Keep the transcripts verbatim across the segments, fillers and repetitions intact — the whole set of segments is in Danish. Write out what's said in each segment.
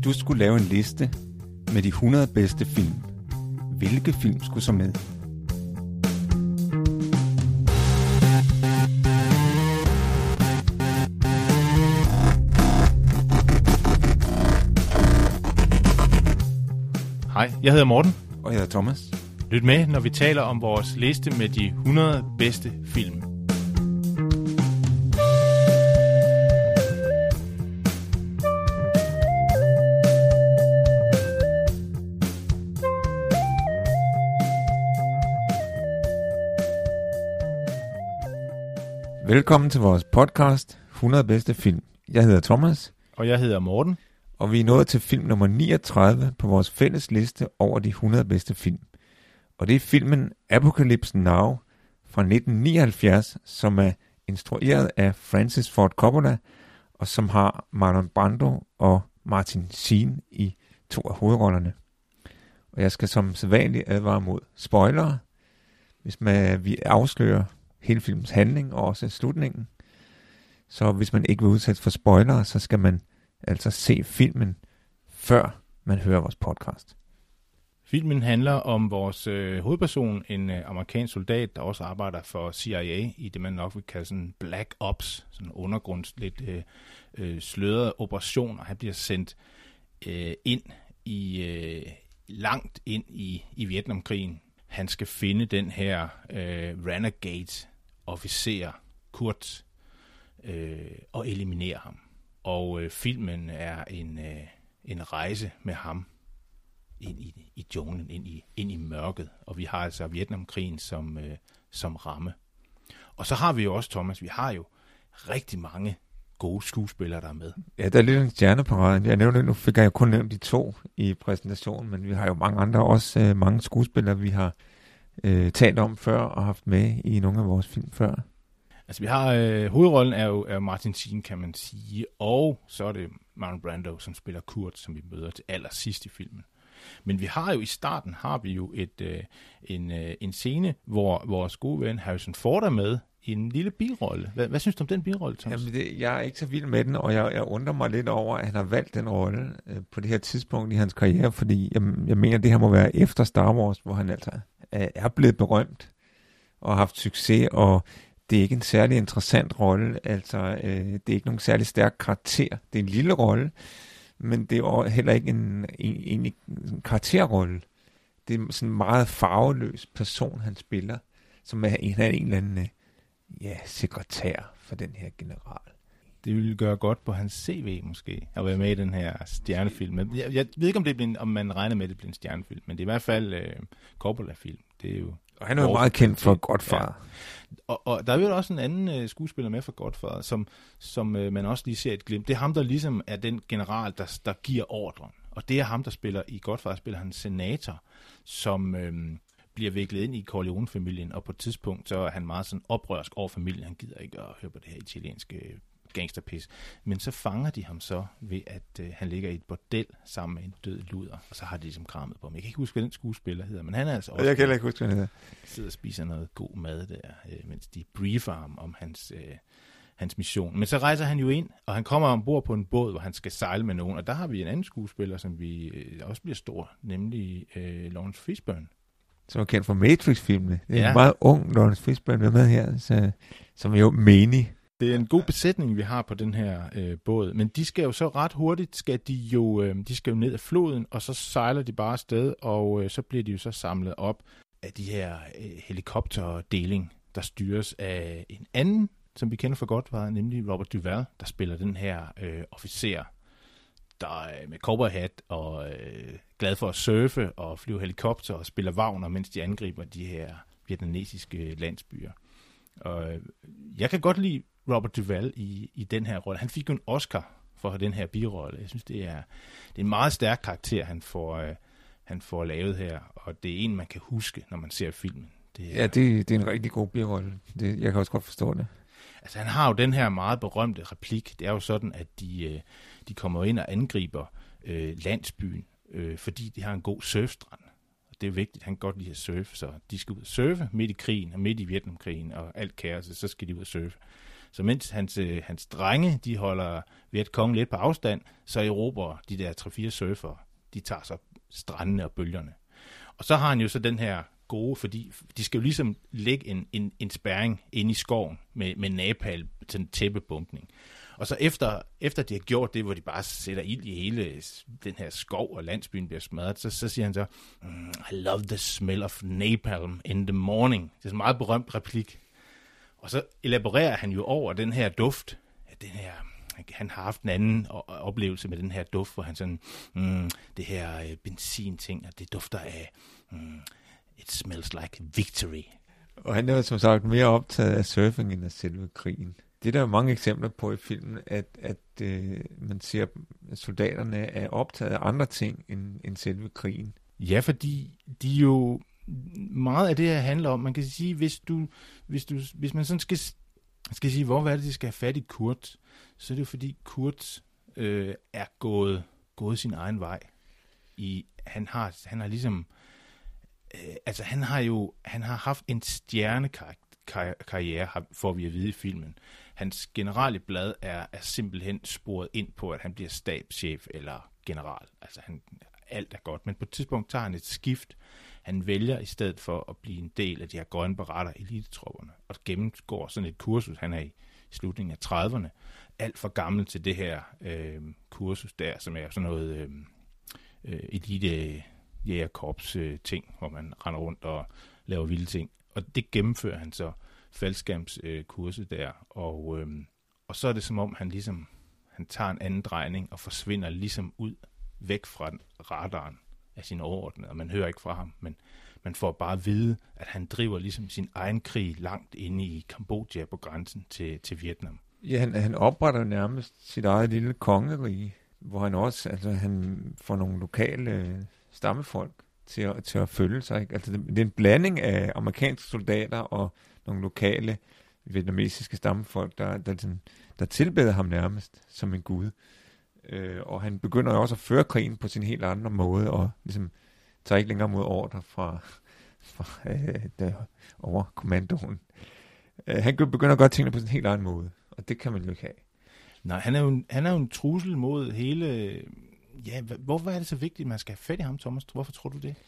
du skulle lave en liste med de hundrede bedste film, hvilke film skulle så med? Hej, jeg hedder Morten. Og jeg hedder Thomas. Lyt med, når vi taler om vores liste med de hundrede bedste film. Velkommen til vores podcast hundrede bedste film. Jeg hedder Thomas. Og jeg hedder Morten. Og vi er nået til film nummer niogtredive på vores fælles liste over de hundrede bedste film. Og det er filmen Apocalypse Now fra nitten nioghalvfjerds, som er instrueret af Francis Ford Coppola, og som har Marlon Brando og Martin Sheen i to af hovedrollerne. Og jeg skal som sædvanligt advare mod spoilere, hvis man, vi afslører hele filmens handling og også slutningen. Så hvis man ikke vil udsætte for spoilere, så skal man altså se filmen, før man hører vores podcast. Filmen handler om vores øh, hovedperson, en øh, amerikansk soldat, der også arbejder for C I A i det, man nok vil kalde sådan Black Ops, sådan en undergrunds, lidt øh, øh, sløret operation, og han bliver sendt øh, ind i øh, langt ind i, i Vietnamkrigen. Han skal finde den her øh, renegade-officer, Kurt, øh, og eliminere ham. Og øh, filmen er en, øh, en rejse med ham ind i, i junglen, ind i, ind i mørket. Og vi har altså Vietnamkrigen som, øh, som ramme. Og så har vi jo også, Thomas, vi har jo rigtig mange gode skuespillere, der er med. Ja, der er lidt en stjerneparade. Jeg nævnte, nu fik jeg kun nævnt de to i præsentationen, men vi har jo mange andre, også øh, mange skuespillere, vi har øh, talt om før og haft med i nogle af vores film før. Altså vi har, øh, hovedrollen er jo, er Martin Sheen, kan man sige, og så er det Marlon Brando, som spiller Kurt, som vi møder til allersidst i filmen. Men vi har jo i starten, har vi jo et, øh, en, øh, en scene, hvor vores gode ven Harrison Ford er med i en lille birolle. Hvad, hvad synes du om den birolle, Thomas? Jamen det, jeg er ikke så vild med den, og jeg, jeg undrer mig lidt over, at han har valgt den rolle øh, på det her tidspunkt i hans karriere, fordi jeg, jeg mener, det her må være efter Star Wars, hvor han altså er, er blevet berømt og har haft succes, og det er ikke en særlig interessant rolle, altså øh, det er ikke nogen særlig stærk karakter. Det er en lille rolle, men det er heller ikke en, en, en, en karakterrolle. Det er sådan en meget farveløs person, han spiller, som er en, er en eller anden øh, ja, sekretær for den her general. Det ville gøre godt på hans C V måske, at være med i den her stjernefilm. Jeg, jeg ved ikke, om, det bliver en, om man regner med, at det bliver en stjernefilm, men det er i hvert fald øh, Coppola-film. Det er jo og han er jo meget kendt for Godfather. Ja. Og, og der er jo også en anden øh, skuespiller med for Godfather, som, som øh, man også lige ser et glimt. Det er ham, der ligesom er den general, der, der giver ordren. Og det er ham, der spiller i Godfather, spiller han senator, som øh, bliver viklet ind i Corleone-familien, og på et tidspunkt så er han meget sådan oprørsk over familien. Han gider ikke at høre på det her italienske gangsterpis. Men så fanger de ham så ved, at øh, han ligger i et bordel sammen med en død luder, og så har de ligesom krammet på ham. Jeg kan ikke huske, hvad den skuespiller hedder, men han er altså også... Jeg kan heller ikke huske, hvad han hedder. Sidder og spiser noget god mad der, øh, mens de briefer ham om hans, øh, hans mission. Men så rejser han jo ind, og han kommer ombord på en båd, hvor han skal sejle med nogen, og der har vi en anden skuespiller, som vi øh, også bliver stor, nemlig øh, Lawrence Fishburne. Som er kendt fra Matrix-filmene. Det er ja. en meget ung Lawrence Fishburne, der er med her, så, som er jo menig. Det er en god besætning, vi har på den her øh, båd, men de skal jo så ret hurtigt, skal de jo, øh, de skal jo ned ad floden, og så sejler de bare afsted, og øh, så bliver de jo så samlet op af de her øh, helikopterdeling, der styres af en anden, som vi kender for godt, var nemlig Robert Duvall, der spiller den her øh, officer, der er med cowboyhat og øh, glad for at surfe og flyve helikopter og spiller Wagner, mens de angriber de her vietnamesiske landsbyer. Og øh, jeg kan godt lide Robert Duvall i, i den her rolle. Han fik jo en Oscar for den her birolle. Jeg synes, det er, det er en meget stærk karakter, han får, øh, han får lavet her, og det er en, man kan huske, når man ser filmen. Det er, ja, det, det er en rigtig god birolle. Det, jeg kan også godt forstå det. Altså, han har jo den her meget berømte replik. Det er jo sådan, at de, øh, de kommer ind og angriber øh, landsbyen, øh, fordi de har en god surfstrand. Det er vigtigt, han kan godt lide at surfe, så de skal ud og surfe midt i krigen og midt i Vietnamkrigen og alt kaos, så skal de ud og surfe. Så mens hans, øh, hans drenge, de holder ved at kongen lidt på afstand, så erobrer de der tre-fire surfere, de tager så strandene og bølgerne. Og så har han jo så den her gode, fordi de skal jo ligesom lægge en, en, en spærring inde i skoven med, med napalm, sådan en tæppebumpning. Og så efter, efter de har gjort det, hvor de bare sætter ild i hele den her skov, og landsbyen bliver smadret, så, så siger han så, mm, I love the smell of napalm in the morning. Det er sådan en meget berømt replik. Og så elaborerer han jo over den her duft, den her, han har haft en anden oplevelse med den her duft, hvor han sådan, mm, det her benzinting, og det dufter af, mm, it smells like victory. Og han er jo som sagt mere optaget af surfing end af selve krigen. Det er der jo mange eksempler på i filmen, at, at øh, man ser, at soldaterne er optaget af andre ting end, end selve krigen. Ja, fordi de jo, meget af det her handler om, man kan sige, hvis du, hvis du, hvis man sådan skal, skal sige, hvor er det, de skal have fat i Kurt, så er det jo fordi Kurt øh, er gået, gået sin egen vej. I, han har, han har ligesom, øh, altså han har jo, han har haft en stjernekarriere, får vi at vide i filmen. Hans generale blad er, er simpelthen sporet ind på, at han bliver stabschef eller general. Altså han, alt er godt, men på et tidspunkt tager han et skift. Han vælger i stedet for at blive en del af de her grønne baretter, elitetropperne, og gennemgår sådan et kursus. Han er i slutningen af trediverne. Alt for gammel til det her øh, kursus der, som er sådan noget øh, øh, elite jægerkorps øh, ting, hvor man render rundt og laver vilde ting. Og det gennemfører han så faldskærmskurset øh, der, og, øh, og så er det som om, han ligesom han tager en anden drejning og forsvinder ligesom ud, væk fra radaren af sin overordnede, og man hører ikke fra ham, men man får bare at vide, at han driver ligesom sin egen krig langt inde i Kambodja på grænsen til, til Vietnam. Ja, han, han opretter nærmest sit eget lille kongerige, hvor han også, altså han får nogle lokale stammefolk til at, til at følge sig. Ikke? Altså det, det er en blanding af amerikanske soldater og nogle lokale vietnamesiske stammefolk, der, der, der, der tilbeder ham nærmest som en gud. Øh, og han begynder også at føre krigen på sin helt andre måde, og ligesom tager ikke længere mod ordre fra, fra øh, der, over kommandoen. Øh, han begynder at gøre tingene på sin helt anden måde, og det kan man jo ikke have. Nej, han er jo en, han er jo en trussel mod hele... Ja, hvorfor er det så vigtigt, at man skal have fat i ham, Thomas? Hvorfor tror du det?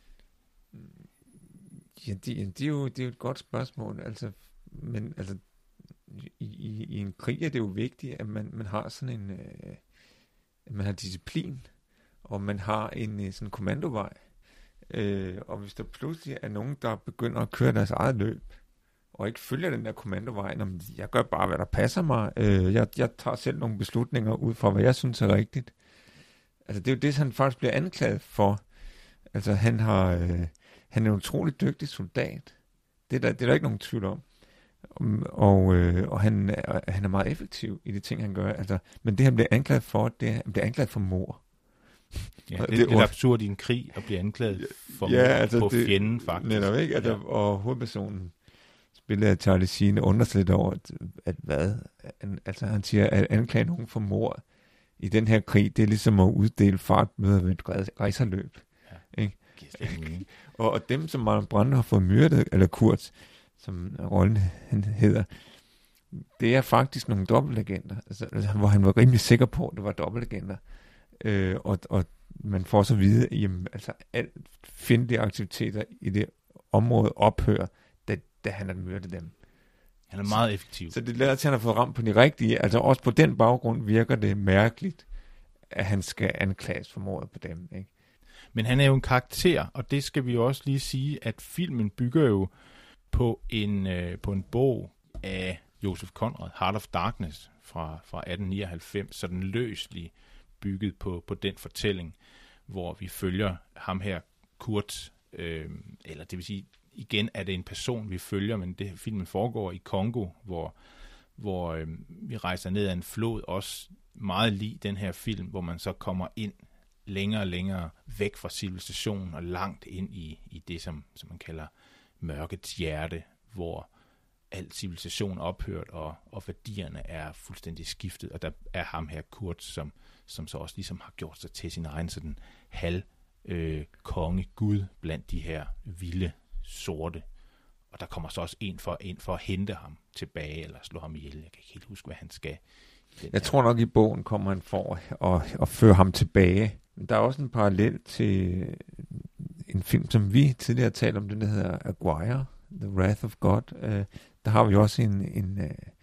Ja, det, det, er, jo, det er jo et godt spørgsmål. Altså, men altså, i, i, i en krig er det jo vigtigt, at man, man har sådan en... Øh, at man har disciplin, og man har en sådan kommandovej. Øh, og hvis der pludselig er nogen, der begynder at køre deres eget løb, og ikke følger den der kommandovej, når jeg gør bare, hvad der passer mig. Øh, jeg, jeg tager selv nogle beslutninger ud fra, hvad jeg synes er rigtigt. Altså det er jo det, han faktisk bliver anklaget for. Altså han har, øh, han er en utrolig dygtig soldat. Det er der, det er der ikke nogen tvivl om. Og, øh, og han, er, han er meget effektiv i de ting, han gør. Altså, men det, han bliver anklaget for, det er, han bliver anklaget for mord. Ja, det, det er lidt absurd i en krig at blive anklaget for ja, mord altså på det, fjenden, faktisk. Netop, ikke? Altså, ja. Og hovedpersonen, spillet af Charlie Sheen, undrer sig lidt over, at, at hvad? Altså han siger, at anklage nogen for mord i den her krig, det er ligesom at uddele fartmøder ved et rejserløb. Ja. Ikke? og, og dem, som Marlon Brando har fået myrdet, eller Kurt, som rollen han hedder, det er faktisk nogle dobbeltlegender, altså, hvor han var rimelig sikker på, at det var dobbeltlegender. Øh, og, og man får så vide, at jamen, altså, alt fjendtlige aktiviteter i det område ophører, da, da han har myrdet dem. Han er meget effektiv. Så, så det lader til, at han har fået ramt på de rigtige. Altså også på den baggrund virker det mærkeligt, at han skal anklages for mordet på dem. Ikke? Men han er jo en karakter, og det skal vi jo også lige sige, at filmen bygger jo på en, øh, på en bog af Joseph Conrad, Heart of Darkness, fra, fra atten nioghalvfems, så den løselig bygget på, på den fortælling, hvor vi følger ham her, Kurt, øh, eller det vil sige, igen er det en person, vi følger, men det filmen foregår i Kongo, hvor, hvor øh, vi rejser ned ad en flod, også meget lig den her film, hvor man så kommer ind længere og længere væk fra civilisationen og langt ind i, i det, som, som man kalder mørkets hjerte, hvor al civilisation er ophørt, og, og værdierne er fuldstændig skiftet, og der er ham her, Kurt, som, som så også ligesom har gjort sig til sin egen sådan halv øh, konge gud blandt de her vilde sorte. og der kommer så også en for, en for at hente ham tilbage, eller slå ham ihjel. Jeg kan ikke helt huske, hvad han skal. Jeg her. tror nok, i bogen kommer han for at, at, at føre ham tilbage. Men der er også en parallel til en film, som vi tidligere har talt om, den der hedder Aguirre, The Wrath of God. Uh, der har vi også en, en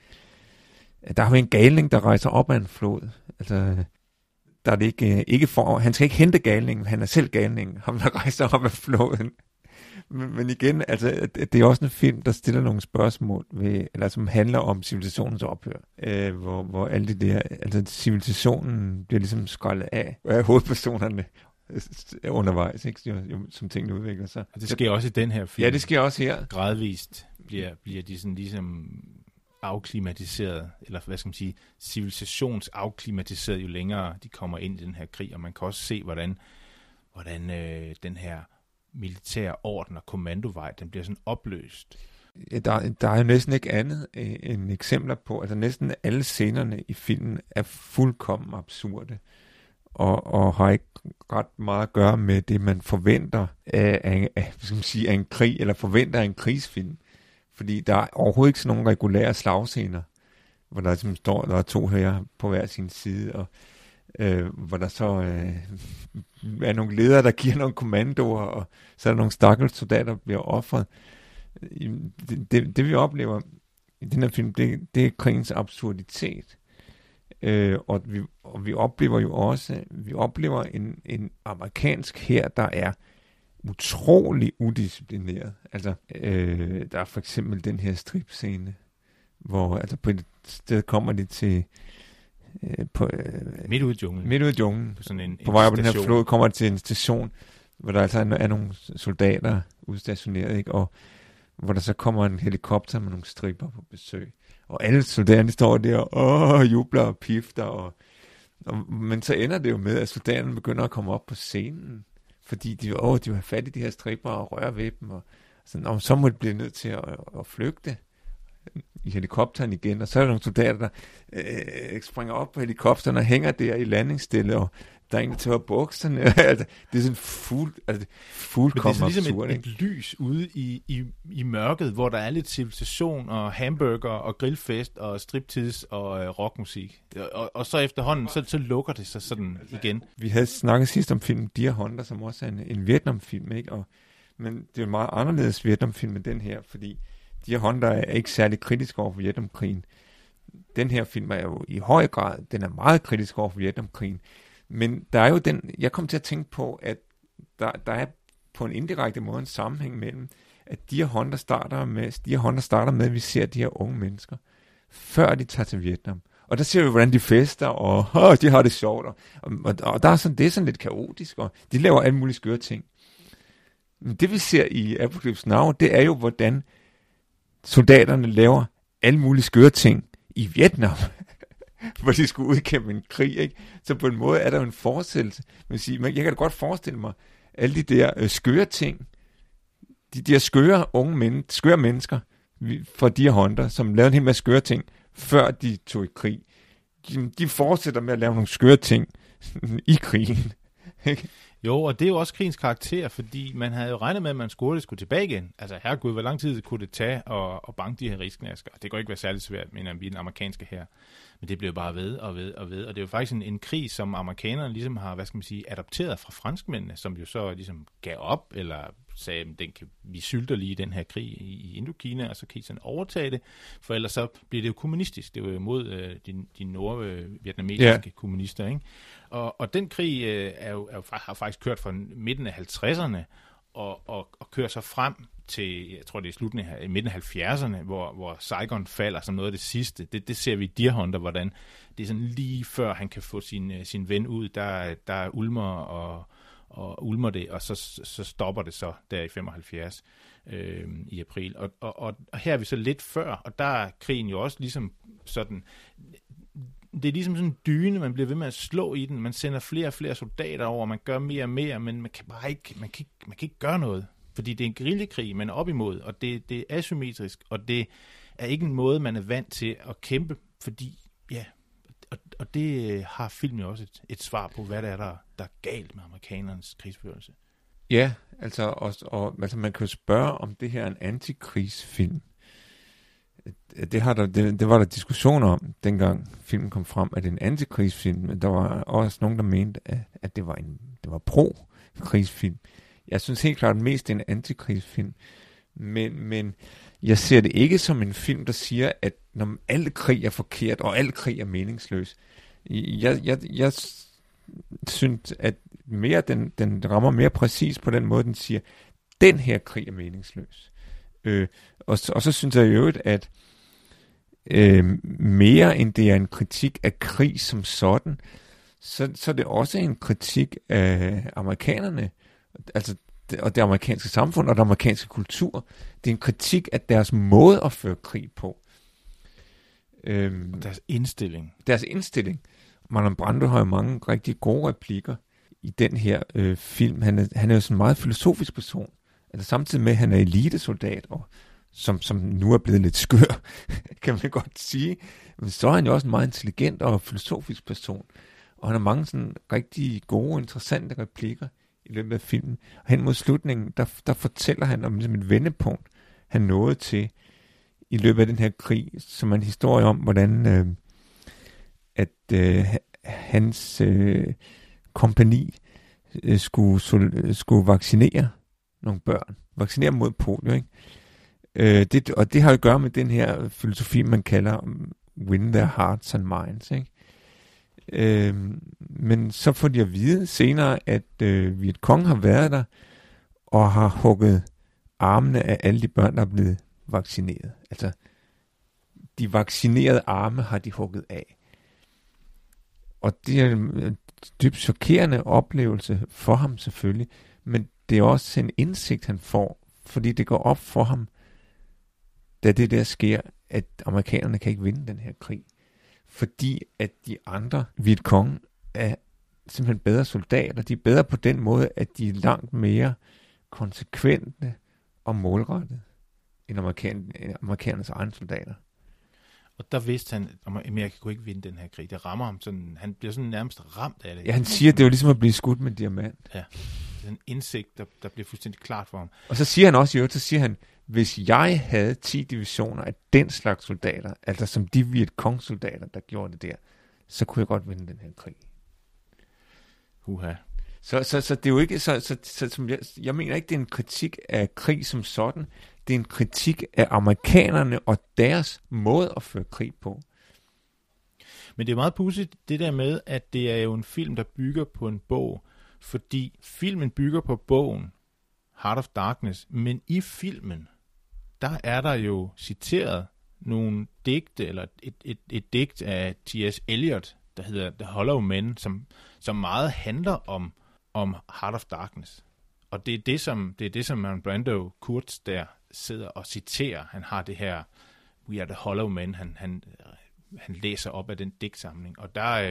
uh, der har vi en galning, der rejser op ad en flod. Altså, der er det ikke, ikke for, han skal ikke hente galningen, han er selv galningen, ham der rejser op ad floden. Men, men igen, altså, det er også en film, der stiller nogle spørgsmål, ved, eller som handler om civilisationens ophør, øh, hvor, hvor alle de der, altså civilisationen bliver ligesom skrællet af, af hovedpersonerne undervejs, ikke? Jo, som tingene udvikler sig. Og det sker også i den her film. Ja, det sker også her. Gradvist bliver, bliver de sådan ligesom afklimatiseret, eller hvad skal man sige, civilisationsafklimatiseret, jo længere de kommer ind i den her krig, og man kan også se, hvordan, hvordan øh, den her militære orden og kommandovej, den bliver sådan opløst. Ja, der, der er jo næsten ikke andet end eksempler på, altså næsten alle scenerne i filmen er fuldkommen absurde, og, og har ikke ret meget at gøre med det, man forventer af, af, af, skal man sige, af en krig, eller forventer af en krigsfilm. Fordi der er overhovedet ikke sådan nogle regulære slagscener, hvor der ligesom står, der er to her på hver sin side, og øh, hvor der så øh, er nogle ledere, der giver nogle kommandoer, og så er der nogle stakkels soldater, der bliver offret. Det, det, det vi oplever i den her film, det, det er krigens absurditet. Øh, og, vi, og vi oplever jo også, vi oplever en, en amerikansk hær, der er utrolig udisciplineret. Altså, øh, der er for eksempel den her stripscene, hvor altså på et sted kommer de til øh, på, øh, midt ude i junglen. Midt ude i junglen. På, sådan en, på vej op den her flod kommer de til en station, hvor der altså er, er nogle soldater udstationeret, ikke? Og hvor der så kommer en helikopter med nogle stripper på besøg. Og alle soldaterne står der og åh, jubler og pifter. Og, og, men så ender det jo med, at soldaterne begynder at komme op på scenen, fordi de, åh, de har fat i de her stripper og rører ved dem. Og, sådan, og så må de blive nødt til at, at flygte i helikopteren igen. Og så er der nogle soldater, der øh, springer op på helikopteren og hænger der i landingsstille, og der er ingen, der tør bukserne. altså, det er sådan fuld, altså, fuldkommen absurd. Men det er sådan ligesom et, et lys ude i, i, i mørket, hvor der er lidt civilisation og hamburger og grillfest og striptease og øh, rockmusik. Og, og så efterhånden, så, så lukker det sig sådan igen. Vi havde snakket sidst om filmen Deer Hunter, som også er en, en Vietnamfilm, ikke? Og, men det er en meget anderledes Vietnamfilm end den her, fordi Deer Hunter er ikke særlig kritisk over for Vietnamkrigen. Den her film er jo i høj grad, den er meget kritisk over for Vietnamkrigen. Men der er jo den, jeg kom til at tænke på, at der, der er på en indirekte måde en sammenhæng mellem, at Deer Hunter starter med, Deer Hunter starter med, at vi ser de her unge mennesker, før de tager til Vietnam. Og der ser vi, hvordan de fester, og åh, de har det sjovt, og, og, og der er sådan, det er sådan lidt kaotisk, og de laver alle mulige skøre ting. Men det vi ser i Apocalypse Now, det er jo, hvordan soldaterne laver alle mulige skøre ting i Vietnam, hvor de skulle udkæmpe en krig, ikke? Så på en måde er der jo en forestillelse. Man siger, jeg kan da godt forestille mig, alle de der øh, skøre ting, de der skøre unge men, skøre mennesker fra Deer Hunter, som lavede en hel masse skøre ting, før de tog i krig. De, de fortsætter med at lave nogle skøre ting i krigen. Ikke? Jo, og det er jo også krigens karakter, fordi man havde jo regnet med, at man skulle skulle tilbage igen. Altså, herregud, hvor lang tid kunne det tage at, at banke de her risknasker? Det kan ikke være særlig svært, mener vi, den amerikanske her. Men det blev bare ved og ved og ved. Og det er jo faktisk en, en krig, som amerikanerne ligesom har, hvad skal man sige, adopteret fra franskmændene, som jo så ligesom gav op, eller sagde, at den kan, vi sylter lige den her krig i, i Indokina, og så kan I sådan overtage det, for ellers så bliver det jo kommunistisk. Det var jo mod øh, de, de nordvietnamesiske yeah. kommunister, ikke? Og, og den krig øh, er jo, er jo, har faktisk kørt fra midten af halvtredserne, og, og, og kører så frem til, jeg tror det er slutningen af midten af halvfjerdserne, hvor, hvor Saigon falder som noget af det sidste. Det, det ser vi i Deer Hunter, hvordan det er sådan lige før han kan få sin, sin ven ud, der, der ulmer og, og ulmer det, og så, så stopper det så der i femoghalvfjerds øh, i april. Og, og, og her er vi så lidt før, og der er krigen jo også ligesom sådan, det er ligesom sådan en dyne, man bliver ved med at slå i den, man sender flere og flere soldater over, man gør mere og mere, men man kan bare ikke, man kan ikke, man kan ikke gøre noget. Fordi det er en guerillakrig, man er op imod, og det, det er asymmetrisk, og det er ikke en måde, man er vant til at kæmpe, fordi, ja, og, og det har filmen jo også et, et svar på, hvad det er, der, der er galt med amerikanernes krigsførelse. Ja, altså, og, og, altså man kan jo spørge, om det her er en antikrigsfilm. Det, har der, det, det var der diskussioner om, dengang filmen kom frem, at det er en antikrigsfilm, men der var også nogen, der mente, at, at det var en det var pro-krigsfilm. Jeg synes helt klart, at mest det er en antikrigsfilm, men, men jeg ser det ikke som en film, der siger, at når alle krig er forkert, og alle krig er meningsløs. Jeg, jeg, jeg synes, at mere den, den rammer mere præcis på den måde, den siger, den her krig er meningsløs. Øh, og, og så synes jeg i øvrigt, at øh, mere end det er en kritik af krig som sådan, så, så er det også en kritik af amerikanerne, altså det, og det amerikanske samfund og den amerikanske kultur. Det er en kritik af deres måde at føre krig på. Øh, og deres indstilling. Deres indstilling. Marlon Brando har jo mange rigtig gode replikker i den her øh, film. Han er, han er jo sådan en meget filosofisk person. Altså samtidig med, at han er elitesoldat, og som, som nu er blevet lidt skør, kan man godt sige. Men så er han jo også en meget intelligent og filosofisk person. Og han har mange sådan rigtig gode, interessante replikker i løbet af filmen. Og hen mod slutningen, der, der fortæller han om ligesom et vendepunkt, han nåede til i løbet af den her krig, som er en historie om, hvordan øh, at øh, hans øh, kompagni øh, skulle, skulle vaccinere nogle børn. Vaccinere mod polio, ikke? Øh, det, og det har at gøre med den her filosofi, man kalder win their hearts and minds, ikke? Øh, men så får de at vide senere, at øh, Vietcong har været der og har hugget armene af alle de børn, der er blevet vaccineret. Altså, de vaccinerede arme har de hugget af. Og det er en dybt chokerende oplevelse for ham selvfølgelig, men det er også en indsigt, han får, fordi det går op for ham, da det der sker, at amerikanerne kan ikke vinde den her krig. Fordi at de andre Vietcong er simpelthen bedre soldater. De er bedre på den måde, at de er langt mere konsekvente og målrettede end amerikan- amerikanernes egne soldater. Og der vidste han, at Amerika kunne ikke vinde den her krig. Det rammer ham sådan, han bliver sådan nærmest ramt af det. Ja, han siger, at det er jo ligesom at blive skudt med en diamant. Ja, det er en indsigt, der, der bliver fuldstændig klart for ham. Og så siger han også, jo, så siger han, hvis jeg havde ti divisioner af den slags soldater, altså som de Vietcong-soldater, der gjorde det der, så kunne jeg godt vinde den her krig. Uha. Så, så, så det er jo ikke, så, så, så som jeg, jeg mener ikke, det er en kritik af krig som sådan, det er en kritik af amerikanerne og deres måde at føre krig på. Men det er meget pudsigt, det der med, at det er jo en film, der bygger på en bog, fordi filmen bygger på bogen Heart of Darkness, men i filmen, der er der jo citeret nogle digte, eller et, et, et digt af T S Eliot, der hedder The Hollow Men, som, som meget handler om, om Heart of Darkness. Og det er det, som, det er det, som Marlon Brando Kurtz der sidder og citerer. Han har det her We are the Hollow Men, han, han, han læser op af den digtsamling. Og der,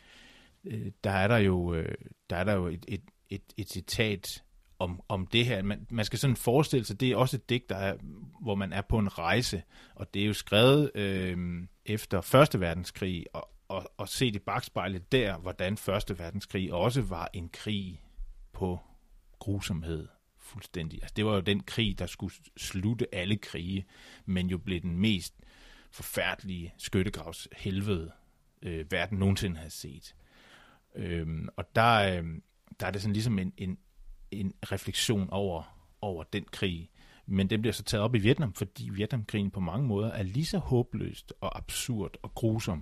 øh, der er der jo, øh, der er der jo et, et, et, et citat om, om det her. Man, man skal sådan forestille sig, det er også et digt, der er, hvor man er på en rejse, og det er jo skrevet øh, efter Første Verdenskrig, og, og, og set i bagspejlet der, hvordan Første Verdenskrig også var en krig på grusomhed fuldstændig. Altså, det var jo den krig, der skulle slutte alle krige, men jo blev den mest forfærdelige skyttegravshelvede, øh, verden nogensinde havde set. Øhm, og der, øh, der er det sådan ligesom en, en, en refleksion over, over den krig. Men den bliver så taget op i Vietnam, fordi Vietnamkrigen på mange måder er lige så håbløst og absurd og grusom.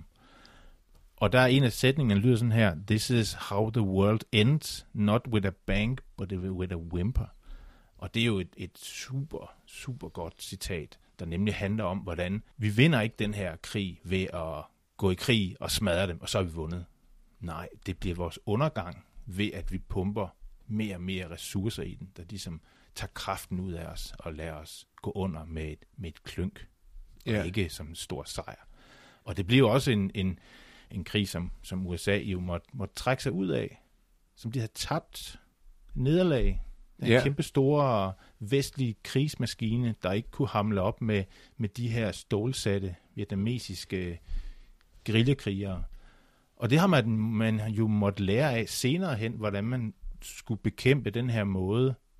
Og der er en af sætningerne, der lyder sådan her: This is how the world ends, not with a bang, but with a whimper. Og det er jo et, et super, super godt citat, der nemlig handler om, hvordan vi vinder ikke den her krig ved at gå i krig og smadre dem, og så er vi vundet. Nej, det bliver vores undergang ved, at vi pumper mere og mere ressourcer i den, der ligesom tager kraften ud af os og lader os gå under med et, med et klynk, og yeah. ikke som en stor sejr. Og det bliver jo også en, en, en krig, som, som U S A jo måtte, måtte trække sig ud af, som de havde tabt nederlag. Den yeah. kæmpe store vestlige krigsmaskine, der ikke kunne hamle op med, med de her stålsatte vietnamesiske guerillakrigere. Og det har man, man jo måtte lære af senere hen, hvordan man skulle bekæmpe den her måde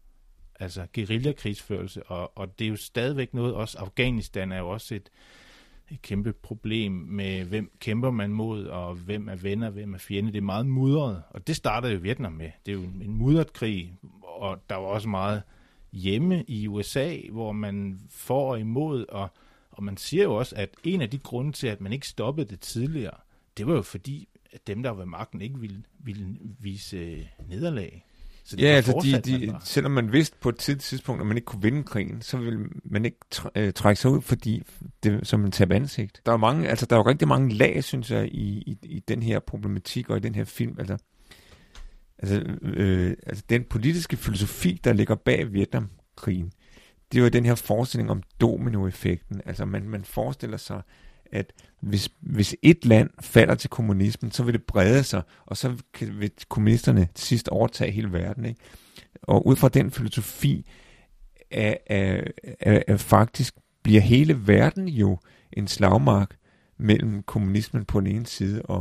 altså guerillakrigsførelse, og, og det er jo stadigvæk noget, også Afghanistan er jo også et, et kæmpe problem med, hvem kæmper man mod, og hvem er venner, hvem er fjende. Det er meget mudret, og det startede jo Vietnam med. Det er jo en mudret krig, og der var også meget hjemme i U S A, hvor man får og imod, og, og man siger jo også, at en af de grunde til, at man ikke stoppede det tidligere, det var jo fordi, at dem, der var ved magten, ikke ville, ville vise nederlag. Så ja, altså de, de, selvom man vidste på et tidligt tidspunkt, at man ikke kunne vinde krigen, så ville man ikke tr- øh, trække sig ud, fordi det som en tab ansigt. Der er mange, altså der er jo rigtig mange lag, synes jeg, i, i, i den her problematik og i den her film. Altså, altså, øh, altså den politiske filosofi, der ligger bag Vietnamkrigen, det er jo den her forestilling om dominoeffekten. Altså man, man forestiller sig, at hvis, hvis et land falder til kommunismen, så vil det brede sig, og så vil kommunisterne til sidst overtage hele verden. Ikke? Og ud fra den filosofi er, er, er, er faktisk bliver hele verden jo en slagmark mellem kommunismen på den ene side og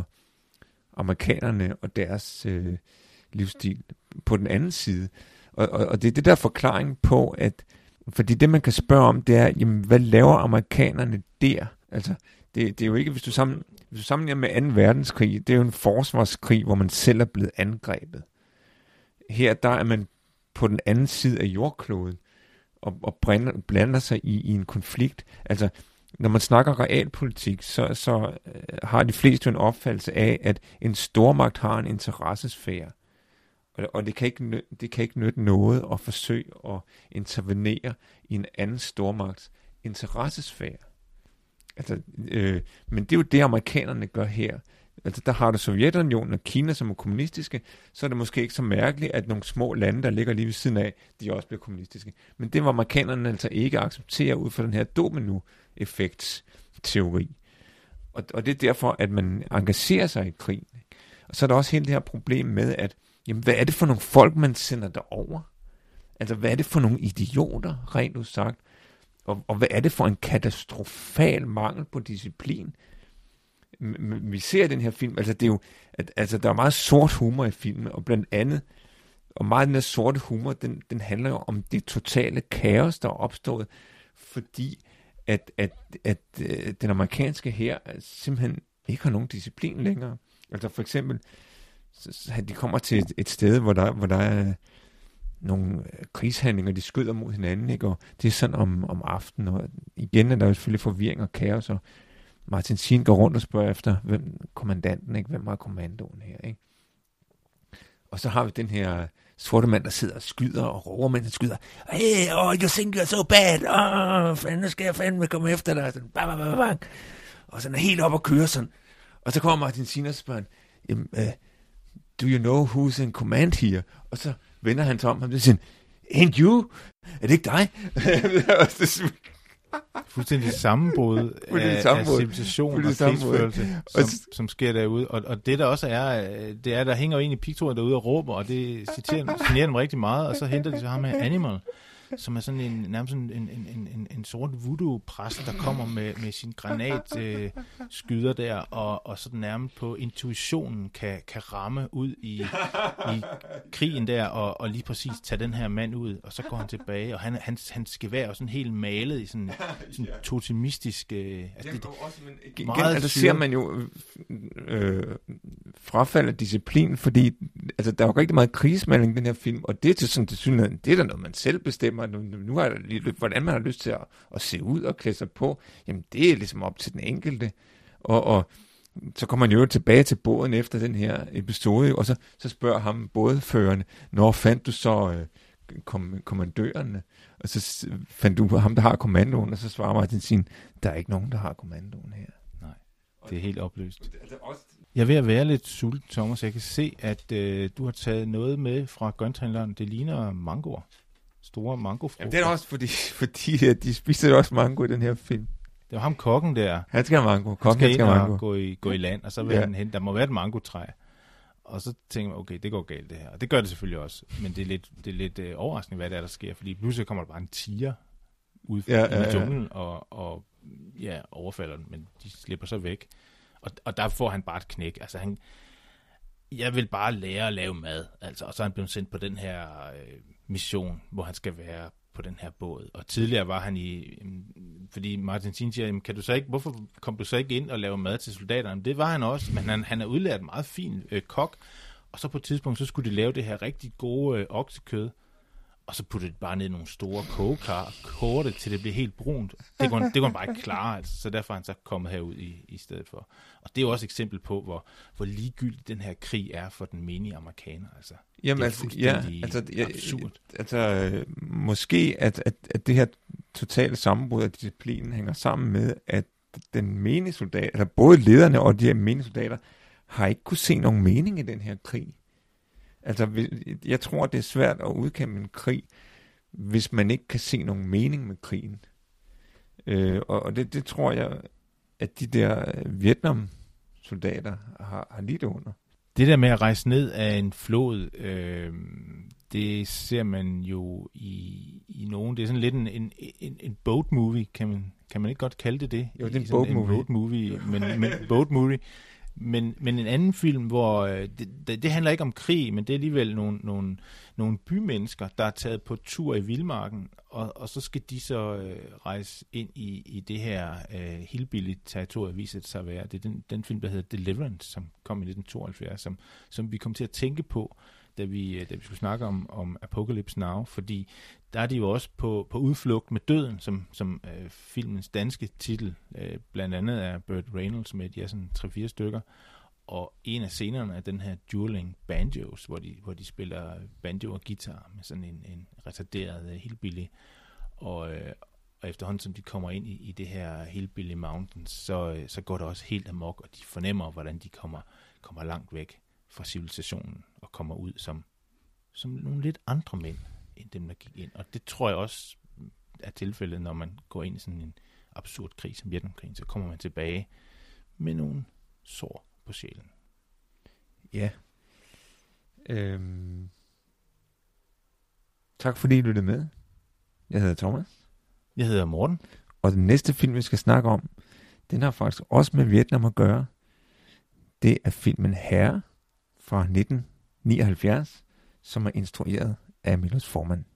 amerikanerne og deres øh, livsstil på den anden side. Og, og, og det er det der forklaring på, at fordi det man kan spørge om, det er, jamen, hvad laver amerikanerne der? Altså Det, det er jo ikke, hvis du, sammen, hvis du sammenligner med anden verdenskrig, det er jo en forsvarskrig, hvor man selv er blevet angrebet. Her, der er man på den anden side af jordkloden, og, og blander, blander sig i, i en konflikt. Altså, når man snakker realpolitik, så, så øh, har de fleste en opfattelse af, at en stormagt har en interessesfære. Og, og det, kan ikke, det kan ikke nytte noget at forsøge at intervenere i en anden stormagts interessesfære. Altså, øh, men det er jo det, amerikanerne gør her. Altså, der har du Sovjetunionen og Kina, som er kommunistiske, så er det måske ikke så mærkeligt, at nogle små lande, der ligger lige ved siden af, de også bliver kommunistiske. Men det var amerikanerne altså ikke acceptere ud fra den her domino-effektsteori. Og, og det er derfor, at man engagerer sig i krigen. Og så er der også hele det her problem med, at jamen, hvad er det for nogle folk, man sender derover? Altså, hvad er det for nogle idioter, rent udsagt? Og, og hvad er det for en katastrofal mangel på disciplin? M- vi ser i den her film, altså det er jo, at, altså der er meget sort humor i filmen, og blandt andet, og meget af den her sorte humor, den, den handler jo om det totale kaos, der er opstået, fordi at, at, at, at den amerikanske hær simpelthen ikke har nogen disciplin længere. Altså for eksempel, så, de kommer til et, et sted, hvor der, hvor der er nogle krigshandlinger, de skyder mod hinanden, ikke? Og det er sådan om, om aftenen, og igen er der jo selvfølgelig forvirring og kaos, og Martin Sheen går rundt og spørger efter, hvem kommandanten, ikke? Hvem har kommandoen her, ikke? Og så har vi den her sorte mand, der sidder og skyder og råber, mens han skyder. Hey, oh, you think you're so bad. Åh, oh, fanden, nu skal jeg fandme komme efter dig. Sådan, bang, bang, bang. Og sådan er helt op og kører sådan. Og så kommer Martin Sheen og spørger, uh, do you know who's in command here? Og så vender han sig om, og siger, ain't you? Er det ikke dig? Fuldstændig sammenbrud af, af civilisation og krigsførelse, som, som sker derude. Og, og det der også er, det er, der hænger jo en i pigtråden derude og råber, og det citerer dem rigtig meget, og så henter de så ham med Animal, som er sådan en nærmest en, en, en, en, en sort voodoo-præst, der kommer med, med sin granatskyder øh, der, og, og sådan nærmest på intuitionen kan, kan ramme ud i, i krigen der, og, og lige præcis tage den her mand ud, og så går han tilbage, og han, hans, hans gevær er sådan helt malet i sådan, sådan totemistisk... Øh, altså det, også, men igen, meget altså ser man jo øh, frafald af disciplin, fordi altså, der er jo rigtig meget krigsmelding i den her film, og det er til sådan til synligheden, det er da noget, man selv bestemmer. Nu, nu har jeg lige, hvordan man har lyst til at, at se ud og klæde sig på, jamen det er ligesom op til den enkelte. Og, og så kommer man jo tilbage til båden efter den her episode, og så, så spørger ham bådførerne, når fandt du så øh, kom, kommandørerne? Og så fandt du ham, der har kommandoen, og så svarer Martin Sheen, der er ikke nogen, der har kommandoen her. Nej, det er helt opløst. Jeg er ved at være lidt sulten, Thomas. Jeg kan se, at øh, du har taget noget med fra grønthandleren. Det ligner mangoer. Store mangofrugter. Jamen, det er også fordi, fordi de spiser også mango i den her film. Det var ham kokken der. Han skal have mango. Kokken han skal, skal ind mango. og gå i, gå i land, og så vil ja. han hente, der må være et mangotræ. Og så tænker man, okay, det går galt det her. Og det gør det selvfølgelig også. Men det er lidt, det er lidt øh, overraskende, hvad det er, der sker. Fordi pludselig kommer der bare en tiger ud ja, i ja, junglen ja. og, og ja, overfalder den. Men de slipper så væk. Og, og der får han bare et knæk. Altså han... jeg vil bare lære at lave mad. Altså, og så er han blevet sendt på den her øh, mission, hvor han skal være på den her båd. Og tidligere var han i, fordi Martin Sheen siger, kan du så ikke, hvorfor kom du så ikke ind og lave mad til soldaterne? Det var han også, men han, han er udlært meget fin øh, kok. Og så på et tidspunkt, så skulle de lave det her rigtig gode øh, oksekød. Og så puttede det bare ned i nogle store kogekar og koger det, til det blev helt brunt. Det kunne, det kunne han bare ikke klare, altså. Så derfor er han så kommet herud i, i stedet for. Og det er jo også et eksempel på, hvor, hvor ligegyldig den her krig er for den menige amerikaner. Altså. Jamen, det er altså, ja, altså, ja, absurd. Altså, måske, at, at, at det her totale sammenbrud af disciplinen hænger sammen med, at den menige soldat, altså både lederne og de her menige soldater, har ikke kunne se nogen mening i den her krig. Altså, jeg tror, det er svært at udkæmpe en krig, hvis man ikke kan se nogen mening med krigen. Øh, og det, det tror jeg, at de der Vietnam-soldater har, har lidt under. Det der med at rejse ned af en flod, øh, det ser man jo i, i nogen. Det er sådan lidt en, en, en, en boat movie, kan man, kan man ikke godt kalde det det? Jo, det er en boat movie. En boat movie, men, men boat movie. Men, men en anden film, hvor øh, det, det, det handler ikke om krig, men det er alligevel nogle, nogle, nogle bymennesker, der er taget på tur i vildmarken, og, og så skal de så øh, rejse ind i, i det her øh, hillbilly-territorium, viser det sig at være. Det er den, den film, der hedder Deliverance, som kom i nitten tooghalvfjerds, som, som vi kom til at tænke på, da vi, da vi skulle snakke om, om Apocalypse Now, fordi der er de jo også på, på udflugt med døden, som, som øh, filmens danske titel, øh, blandt andet er Burt Reynolds med, de er sådan tre-fire stykker, og en af scenerne er den her Dueling Banjos, hvor de, hvor de spiller banjo og guitar med sådan en, en retarderet uh, hillbilly, og, øh, og efterhånden som de kommer ind i, i det her Hillbilly Mountains, så, øh, så går det også helt amok, og de fornemmer, hvordan de kommer, kommer langt væk fra civilisationen og kommer ud som, som nogle lidt andre mænd, end dem, der gik ind. Og det tror jeg også er tilfældet, når man går ind i sådan en absurd krig som Vietnamkrigen, så kommer man tilbage med nogle sår på sjælen. Ja. Øhm. Tak fordi I lyttede med. Jeg hedder Thomas. Jeg hedder Morten. Og den næste film, vi skal snakke om, den har faktisk også med Vietnam at gøre. Det er filmen Herre fra nitten nioghalvfjerds, som er instrueret af Milos Forman.